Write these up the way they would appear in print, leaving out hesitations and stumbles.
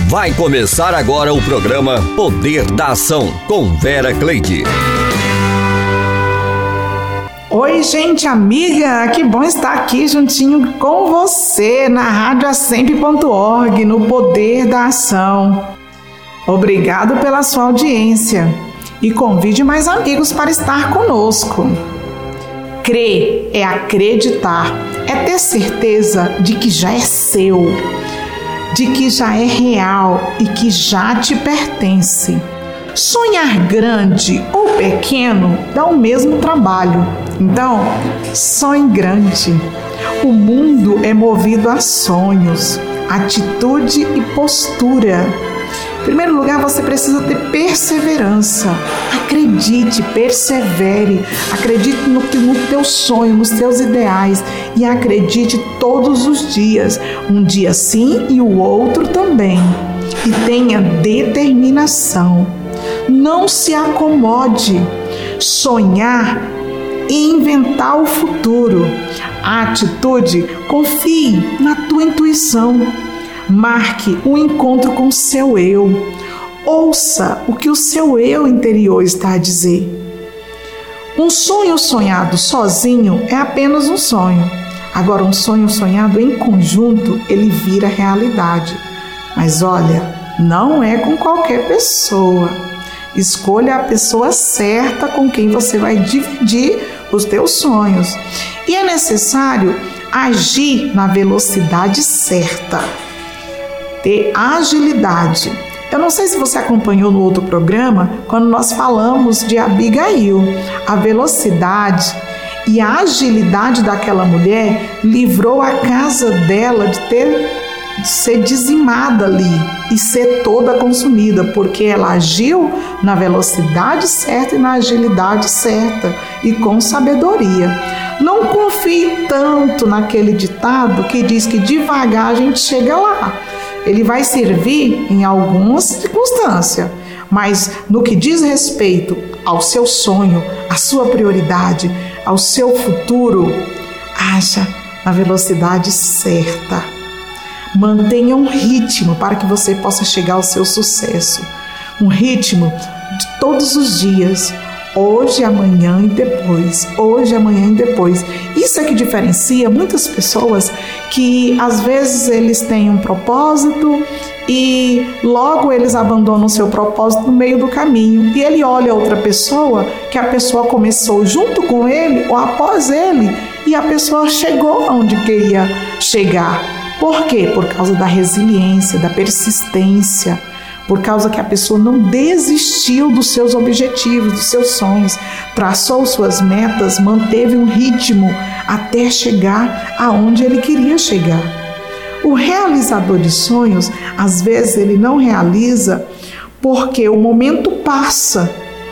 Vai começar agora o programa Poder da Ação, com Vera Cleide. Oi, gente amiga, que bom estar aqui juntinho com você na radioasemp.org, no Poder da Ação. Obrigado pela sua audiência e convide mais amigos para estar conosco. Crer é acreditar, é ter certeza de que já é seu, de que já é real e que já te pertence. Sonhar grande ou pequeno dá o mesmo trabalho. Então, sonhe grande. O mundo é movido a sonhos, atitude e postura. Em primeiro lugar, você precisa ter perseverança. Acredite, persevere. Acredite no teu sonho, nos teus ideais. E acredite todos os dias. Um dia sim e o outro também. E tenha determinação. Não se acomode. Sonhar e inventar o futuro. A atitude, confie na tua intuição. Marque um encontro com o seu eu. Ouça o que o seu eu interior está a dizer. Um sonho sonhado sozinho é apenas um sonho. Agora, um sonho sonhado em conjunto, ele vira realidade. Mas olha, não é com qualquer pessoa. Escolha a pessoa certa com quem você vai dividir os teus sonhos. E é necessário agir na velocidade certa. Ter agilidade. Eu não sei se você acompanhou no outro programa, quando nós falamos de Abigail. A velocidade e a agilidade daquela mulher livrou a casa dela de ser dizimada ali e ser toda consumida, porque ela agiu na velocidade certa e na agilidade certa e com sabedoria. Não confie tanto naquele ditado que diz que devagar a gente chega lá. Ele vai servir em algumas circunstâncias, mas no que diz respeito ao seu sonho, à sua prioridade, ao seu futuro, haja na velocidade certa. Mantenha um ritmo para que você possa chegar ao seu sucesso. Um ritmo de todos os dias. Hoje, amanhã e depois. Hoje, amanhã e depois. Isso é que diferencia muitas pessoas que às vezes eles têm um propósito e logo eles abandonam o seu propósito no meio do caminho. E ele olha outra pessoa, que a pessoa começou junto com ele ou após ele, e a pessoa chegou onde queria chegar. Por quê? Por causa da resiliência, da persistência. Por causa que a pessoa não desistiu dos seus objetivos, dos seus sonhos, traçou suas metas, manteve um ritmo até chegar aonde ele queria chegar. O realizador de sonhos, às vezes ele não realiza porque o momento passa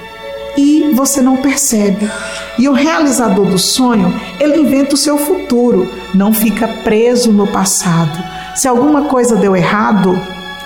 e você não percebe. E o realizador do sonho, ele inventa o seu futuro, não fica preso no passado. Se alguma coisa deu errado,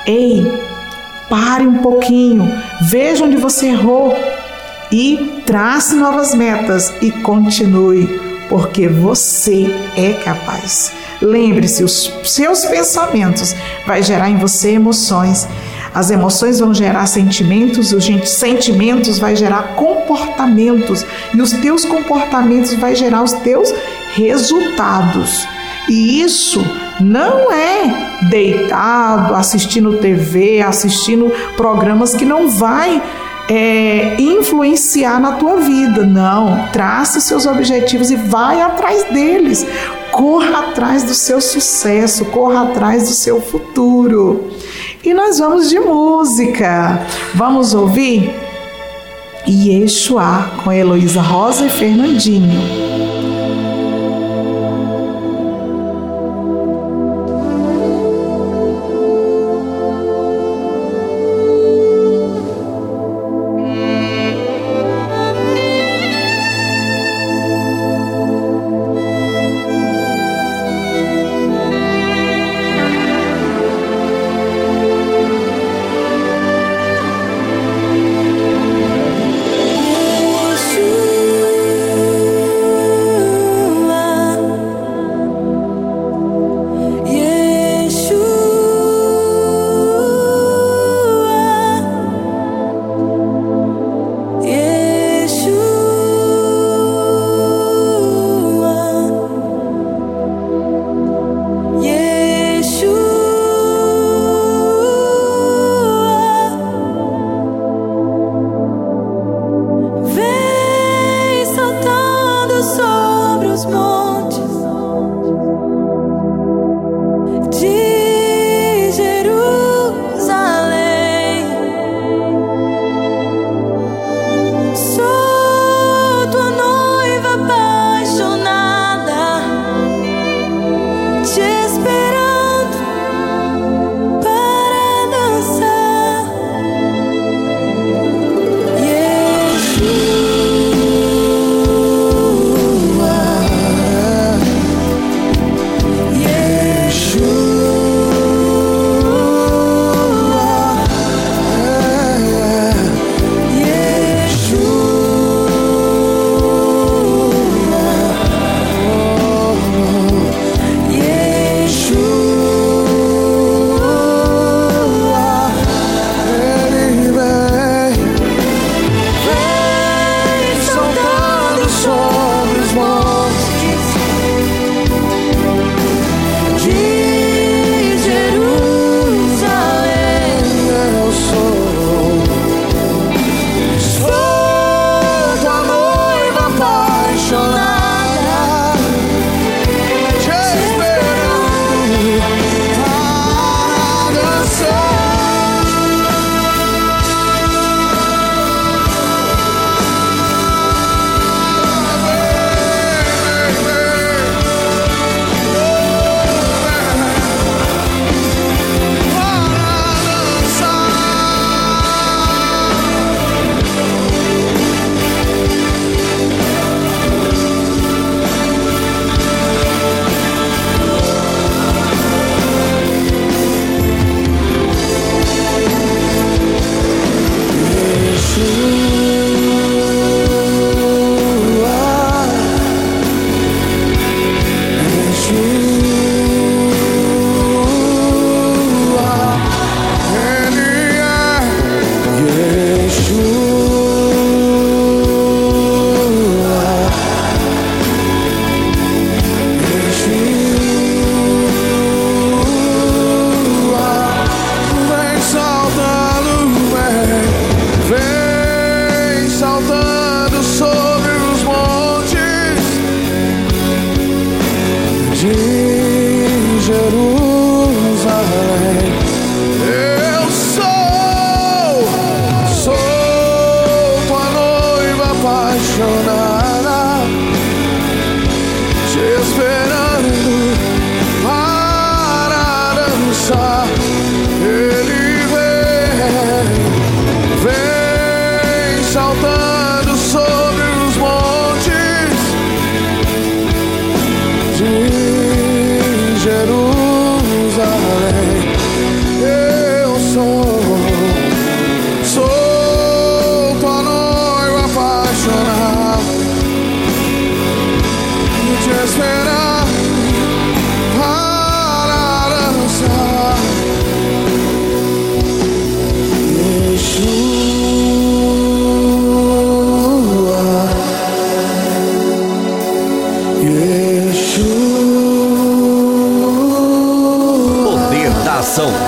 pare um pouquinho, veja onde você errou e trace novas metas e continue, porque você é capaz. Lembre-se, os seus pensamentos vão gerar em você emoções, as emoções vão gerar sentimentos, os sentimentos vão gerar comportamentos e os teus comportamentos vão gerar os teus resultados. E isso não é deitado, assistindo TV, assistindo programas que não vai influenciar na tua vida. Não, trace seus objetivos e vai atrás deles. Corra atrás do seu sucesso, corra atrás do seu futuro. E nós vamos de música. Vamos ouvir Yeshua com Heloísa Rosa e Fernandinho.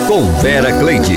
com Vera Cleide.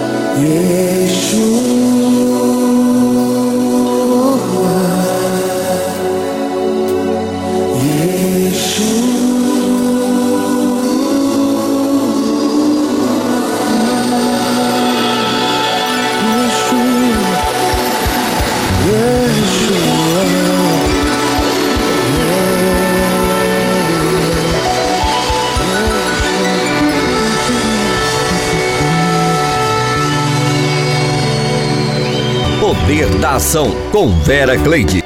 Poder da Ação, com Vera Cleide.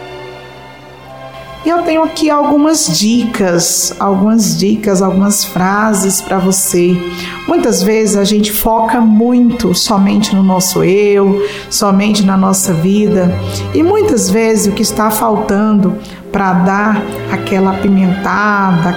Eu tenho aqui algumas dicas, algumas frases para você. Muitas vezes a gente foca muito somente no nosso eu, somente na nossa vida, e muitas vezes o que está faltando para dar aquela apimentada,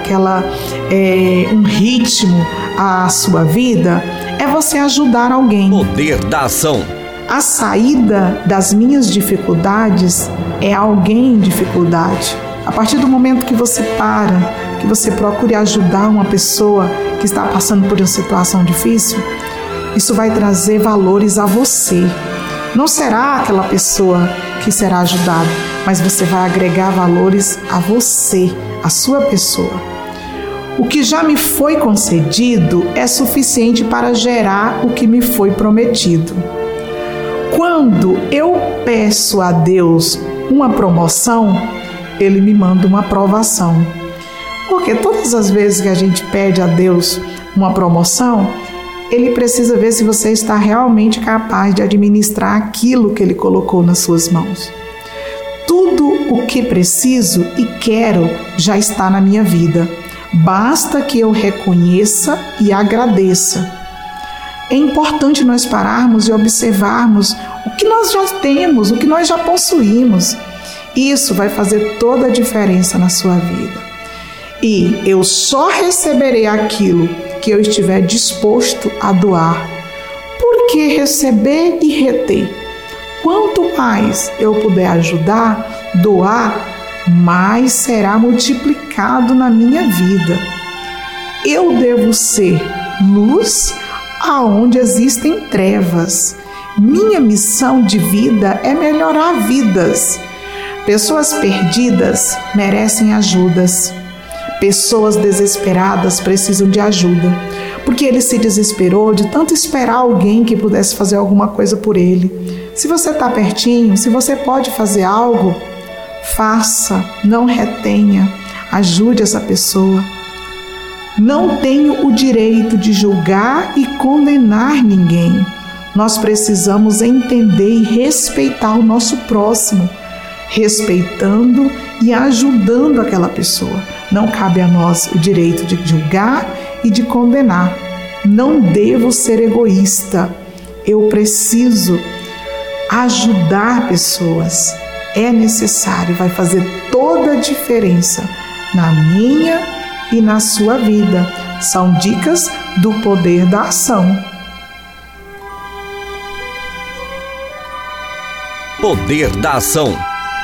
um ritmo à sua vida, é você ajudar alguém. Poder da Ação. A saída das minhas dificuldades é alguém em dificuldade. A partir do momento que você que você procure ajudar uma pessoa que está passando por uma situação difícil, isso vai trazer valores a você. Não será aquela pessoa que será ajudada, mas você vai agregar valores a você, a sua pessoa. O que já me foi concedido é suficiente para gerar o que me foi prometido. Quando eu peço a Deus uma promoção, Ele me manda uma aprovação. Porque todas as vezes que a gente pede a Deus uma promoção, Ele precisa ver se você está realmente capaz de administrar aquilo que Ele colocou nas suas mãos. Tudo o que preciso e quero já está na minha vida. Basta que eu reconheça e agradeça. É importante nós pararmos e observarmos o que nós já temos, o que nós já possuímos. Isso vai fazer toda a diferença na sua vida. E eu só receberei aquilo que eu estiver disposto a doar. Por que receber e reter? Quanto mais eu puder ajudar, doar, mais será multiplicado na minha vida. Eu devo ser luz aonde existem trevas. Minha missão de vida é melhorar vidas. Pessoas perdidas merecem ajudas. Pessoas desesperadas precisam de ajuda, porque ele se desesperou de tanto esperar alguém que pudesse fazer alguma coisa por ele. Se você está pertinho, se você pode fazer algo, faça, não retenha, ajude essa pessoa. Não tenho o direito de julgar e condenar ninguém. Nós precisamos entender e respeitar o nosso próximo, respeitando e ajudando aquela pessoa. Não cabe a nós o direito de julgar e de condenar. Não devo ser egoísta. Eu preciso ajudar pessoas. É necessário, vai fazer toda a diferença na minha e na sua vida. São dicas do Poder da Ação. Poder da Ação.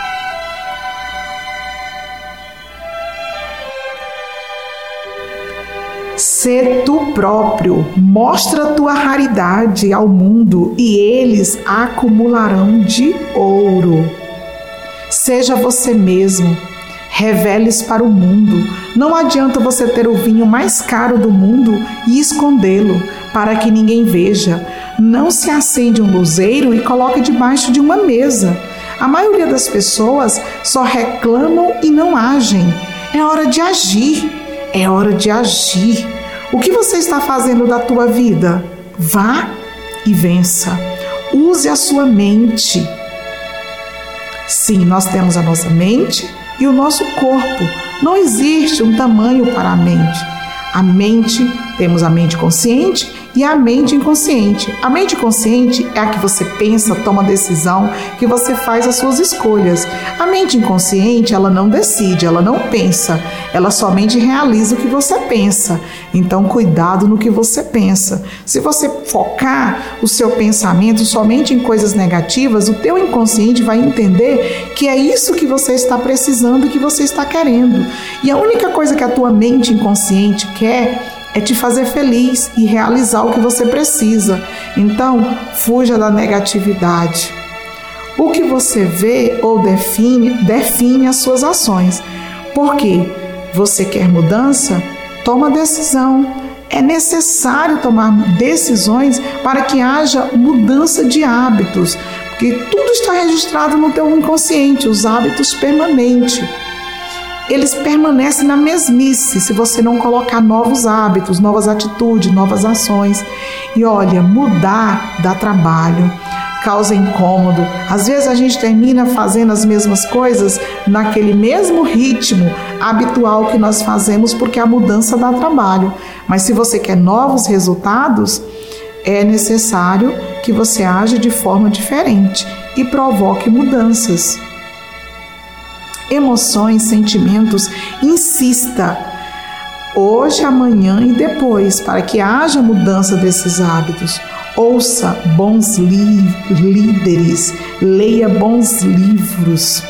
Sê tu próprio, mostra tua raridade ao mundo e eles acumularão de ouro. Seja você mesmo, revele-se para o mundo. Não adianta você ter o vinho mais caro do mundo e escondê-lo para que ninguém veja. Não se acende um luzeiro e coloca debaixo de uma mesa. A maioria das pessoas só reclamam e não agem. É hora de agir. É hora de agir. O que você está fazendo da tua vida? Vá e vença. Use a sua mente. Sim, nós temos a nossa mente e o nosso corpo. Não existe um tamanho para a mente. A mente, temos a mente consciente e a mente inconsciente. A mente consciente é a que você pensa, toma decisão, que você faz as suas escolhas. A mente inconsciente, ela não decide, ela não pensa, ela somente realiza o que você pensa. Então, cuidado no que você pensa. Se você focar o seu pensamento somente em coisas negativas, o teu inconsciente vai entender que é isso que você está precisando e que você está querendo. E a única coisa que a tua mente inconsciente quer é te fazer feliz e realizar o que você precisa. Então, fuja da negatividade. O que você vê ou define as suas ações. Porque você quer mudança? Toma decisão. É necessário tomar decisões para que haja mudança de hábitos, porque tudo está registrado no teu inconsciente, os hábitos permanentes. Eles permanecem na mesmice se você não colocar novos hábitos, novas atitudes, novas ações. E olha, mudar dá trabalho, causa incômodo. Às vezes a gente termina fazendo as mesmas coisas naquele mesmo ritmo habitual que nós fazemos, porque a mudança dá trabalho. Mas se você quer novos resultados, é necessário que você aja de forma diferente e provoque mudanças. Emoções, sentimentos, insista hoje, amanhã e depois, para que haja mudança desses hábitos. Ouça bons líderes, leia bons livros.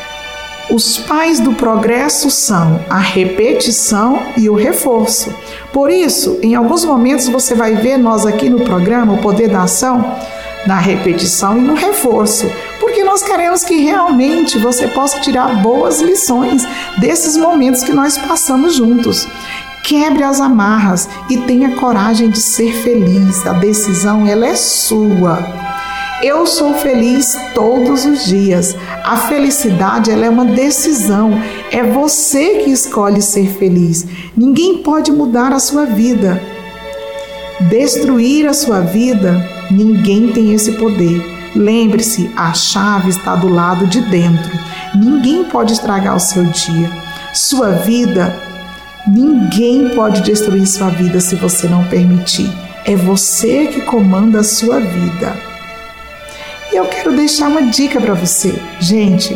Os pais do progresso são a repetição e o reforço. Por isso, em alguns momentos você vai ver nós aqui no programa, o Poder da Ação, na repetição e no reforço, porque nós queremos que realmente você possa tirar boas lições desses momentos que nós passamos juntos. Quebre as amarras e tenha coragem de ser feliz. A decisão, ela é sua. Eu sou feliz todos os dias. A felicidade, ela é uma decisão. É você que escolhe ser feliz. Ninguém pode mudar a sua vida. Destruir a sua vida, ninguém tem esse poder. Lembre-se, a chave está do lado de dentro. Ninguém pode estragar o seu dia. Sua vida, ninguém pode destruir sua vida se você não permitir. É você que comanda a sua vida. E eu quero deixar uma dica para você. Gente,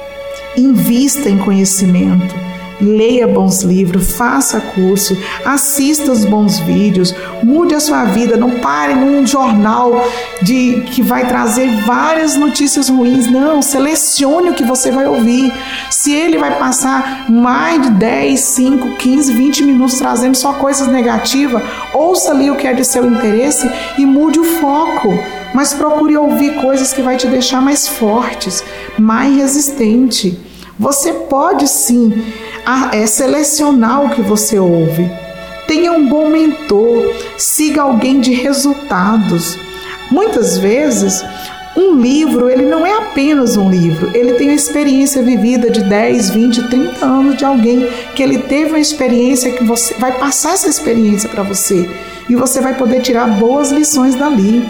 invista em conhecimento. Leia bons livros, faça curso, assista os bons vídeos, mude a sua vida, não pare num jornal que vai trazer várias notícias ruins, não, selecione o que você vai ouvir. Se ele vai passar mais de 10, 5, 15, 20 minutos trazendo só coisas negativas, ouça ali o que é de seu interesse e mude o foco, mas procure ouvir coisas que vai te deixar mais fortes, mais resistente. Você pode sim selecionar o que você ouve. Tenha um bom mentor, siga alguém de resultados. Muitas vezes, um livro, ele não é apenas um livro, ele tem uma experiência vivida de 10, 20, 30 anos de alguém que ele teve uma experiência que você vai passar essa experiência para você e você vai poder tirar boas lições dali.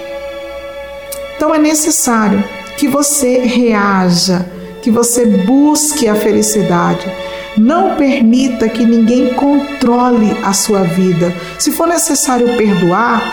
Então é necessário que você reaja, que você busque a felicidade. Não permita que ninguém controle a sua vida. Se for necessário perdoar,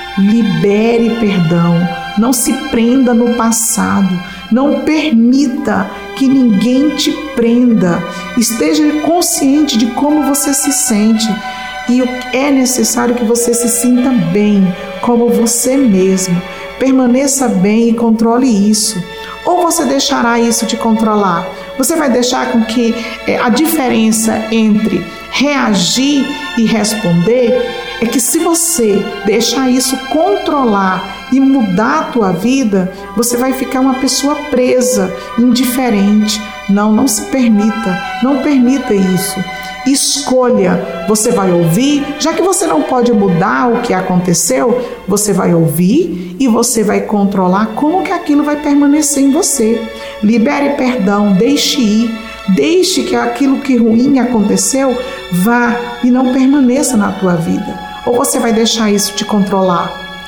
libere perdão. Não se prenda no passado. Não permita que ninguém te prenda. Esteja consciente de como você se sente. E é necessário que você se sinta bem, como você mesmo. Permaneça bem e controle isso. Ou você deixará isso te controlar? Você vai deixar com que a diferença entre reagir e responder é que se você deixar isso controlar e mudar a tua vida, você vai ficar uma pessoa presa, indiferente. Não se permita, não permita isso. Escolha, você vai ouvir, já que você não pode mudar o que aconteceu, você vai ouvir e você vai controlar como que aquilo vai permanecer em você. Libere perdão, deixe ir, deixe que aquilo que ruim aconteceu vá e não permaneça na tua vida. Ou você vai deixar isso te controlar?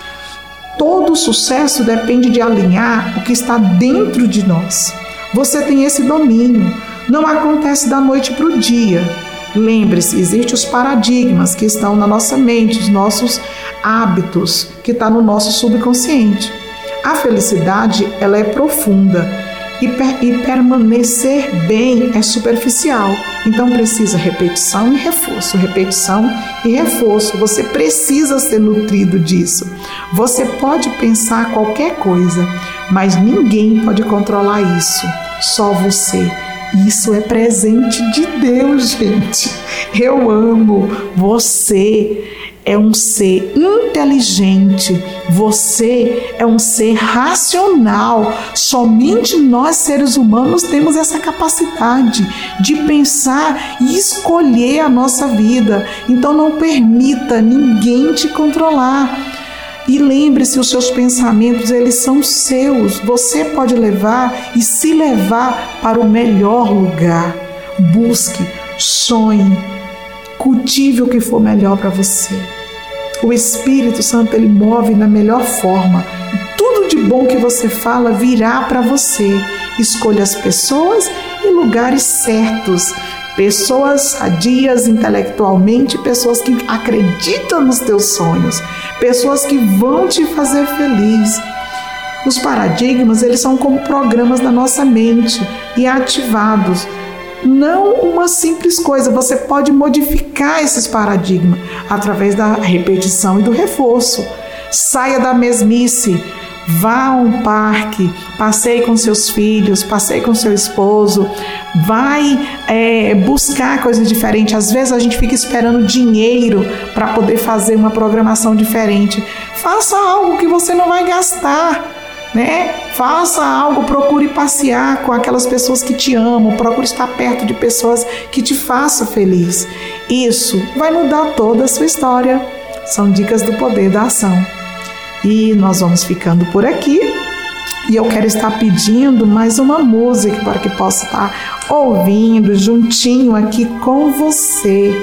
Todo sucesso depende de alinhar o que está dentro de nós. Você tem esse domínio, não acontece da noite para o dia. Lembre-se, existem os paradigmas que estão na nossa mente, os nossos hábitos, que estão no nosso subconsciente. A felicidade, ela é profunda e permanecer bem é superficial. Então precisa repetição e reforço, repetição e reforço. Você precisa ser nutrido disso. Você pode pensar qualquer coisa, mas ninguém pode controlar isso, só você. Isso é presente de Deus, gente. Eu amo. Você é um ser inteligente, você é um ser racional. Somente nós, seres humanos, temos essa capacidade de pensar e escolher a nossa vida. Então não permita ninguém te controlar. E lembre-se, os seus pensamentos, eles são seus. Você pode levar e se levar para o melhor lugar. Busque, sonhe, cultive o que for melhor para você. O Espírito Santo, ele move na melhor forma. Tudo de bom que você fala virá para você. Escolha as pessoas e lugares certos. Pessoas sadias intelectualmente, pessoas que acreditam nos teus sonhos, pessoas que vão te fazer feliz. Os paradigmas, eles são como programas na nossa mente e ativados. Não uma simples coisa, você pode modificar esses paradigmas através da repetição e do reforço. Saia da mesmice, vá a um parque, passeie com seus filhos, passeie com seu esposo, vai buscar coisas diferentes. Às vezes a gente fica esperando dinheiro para poder fazer uma programação diferente. Faça algo que você não vai gastar, né? Faça algo, procure passear com aquelas pessoas que te amam, procure estar perto de pessoas que te façam feliz. Isso vai mudar toda a sua história. São dicas do poder da ação. E nós vamos ficando por aqui. E eu quero estar pedindo mais uma música para que possa estar ouvindo juntinho aqui com você.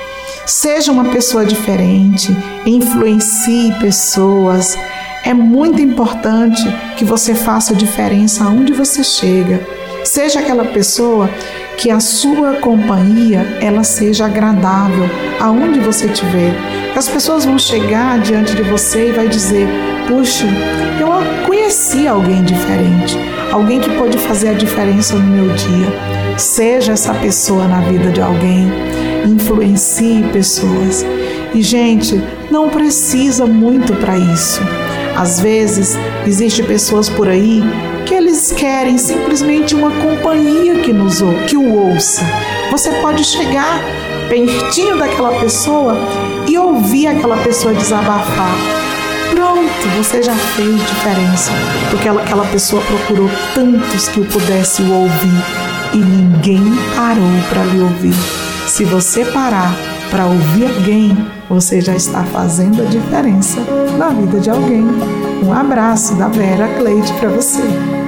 Seja uma pessoa diferente, influencie pessoas. É muito importante que você faça diferença aonde você chega. Seja aquela pessoa que a sua companhia ela seja agradável aonde você estiver. As pessoas vão chegar diante de você e vai dizer: puxa, eu conheci alguém diferente, alguém que pode fazer a diferença no meu dia. Seja essa pessoa na vida de alguém, influencie pessoas. E, gente, não precisa muito para isso. Às vezes, existem pessoas por aí que eles querem simplesmente uma companhia que o ouça. Você pode chegar pertinho daquela pessoa e ouvir aquela pessoa desabafar. Pronto, você já fez diferença, porque aquela pessoa procurou tantos que o pudesse ouvir e ninguém parou para lhe ouvir. Se você parar para ouvir alguém, você já está fazendo a diferença na vida de alguém. Um abraço da Vera Cleide para você.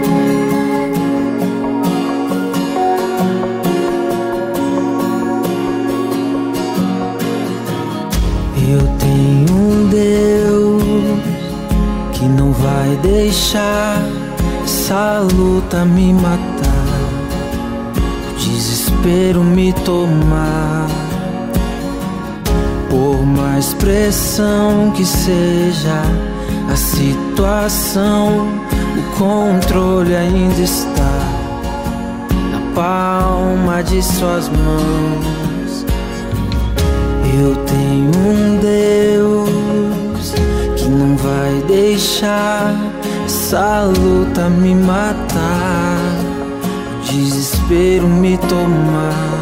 Eu tenho um Deus que não vai deixar essa luta me matar, o desespero me tomar. Por mais pressão que seja a situação, o controle ainda está na palma de suas mãos. Eu tenho um Deus que não vai deixar essa luta me matar, o desespero me tomar.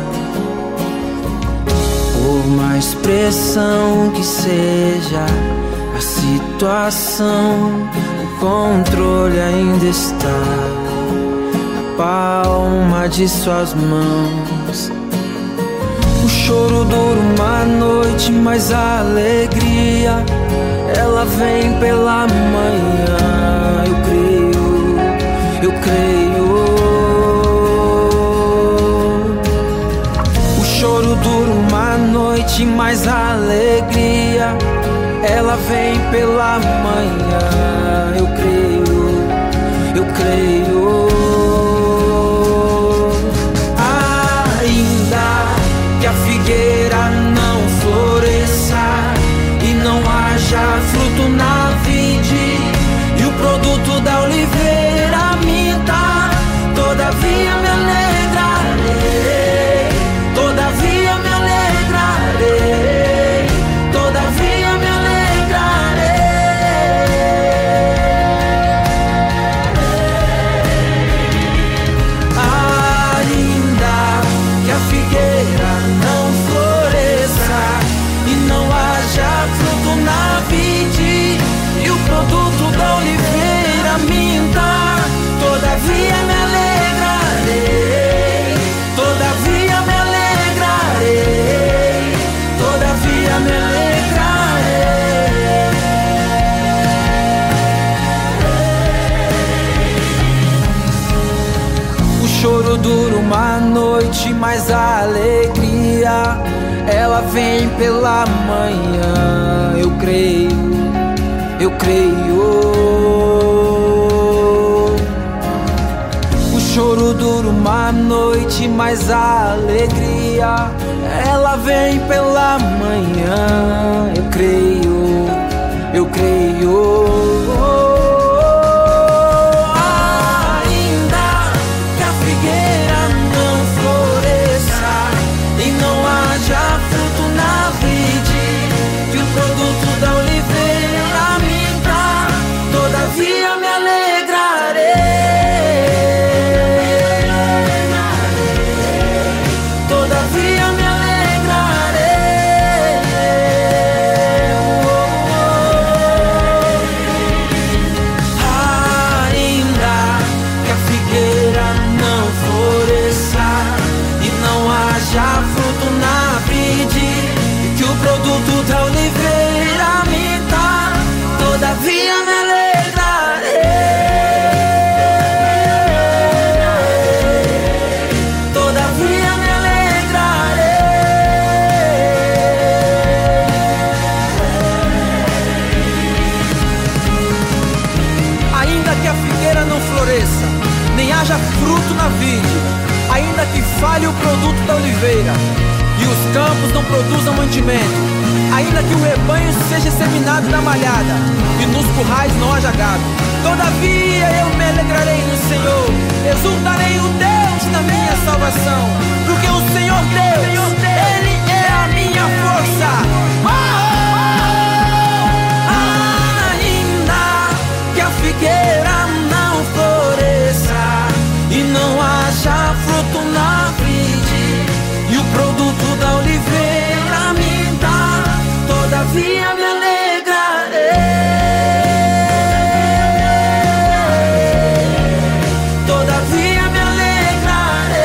Por mais pressão que seja a situação, o controle ainda está na palma de suas mãos. O choro dura uma noite, mas a alegria ela vem pela manhã. Eu creio. O choro dura uma noite, mas a alegria ela vem pela manhã. Eu creio. A figueira não floresça e não haja fruto na vide, e o produto da oliveira minta, todavia me alegrarei, todavia me alegrarei, todavia me alegrarei. Ainda dura uma noite, mas a alegria ela vem pela manhã. Eu creio, eu creio. O choro dura uma noite, mas a alegria ela vem pela manhã. Eu creio, eu creio. Ainda que falhe o produto da oliveira e os campos não produzam mantimento, ainda que o rebanho seja exterminado na malhada e nos currais não haja gado, todavia eu me alegrarei no Senhor, exultarei o Deus da minha salvação, porque o Senhor Deus, Ele é a minha força. Ainda que a figueira não floresça e não haja fruto na vide, e o produto da oliveira me dá, todavia me alegrarei, todavia me alegrarei.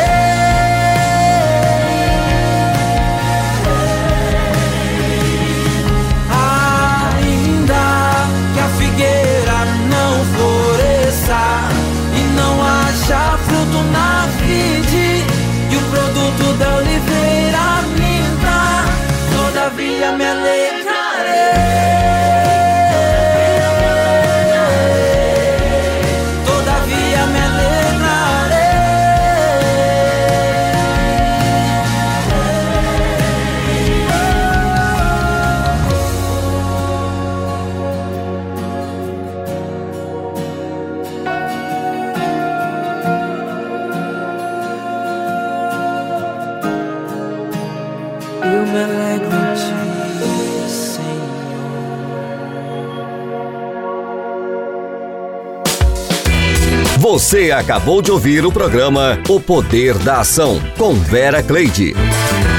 Ainda que a figueira não floresça e não haja fruto na vide, e o produto da oliveira me dá, todavia me alegrarei, todavia me alegrarei. Eu me alegro em ti, Senhor. Você acabou de ouvir o programa O Poder da Ação, com Vera Cleide.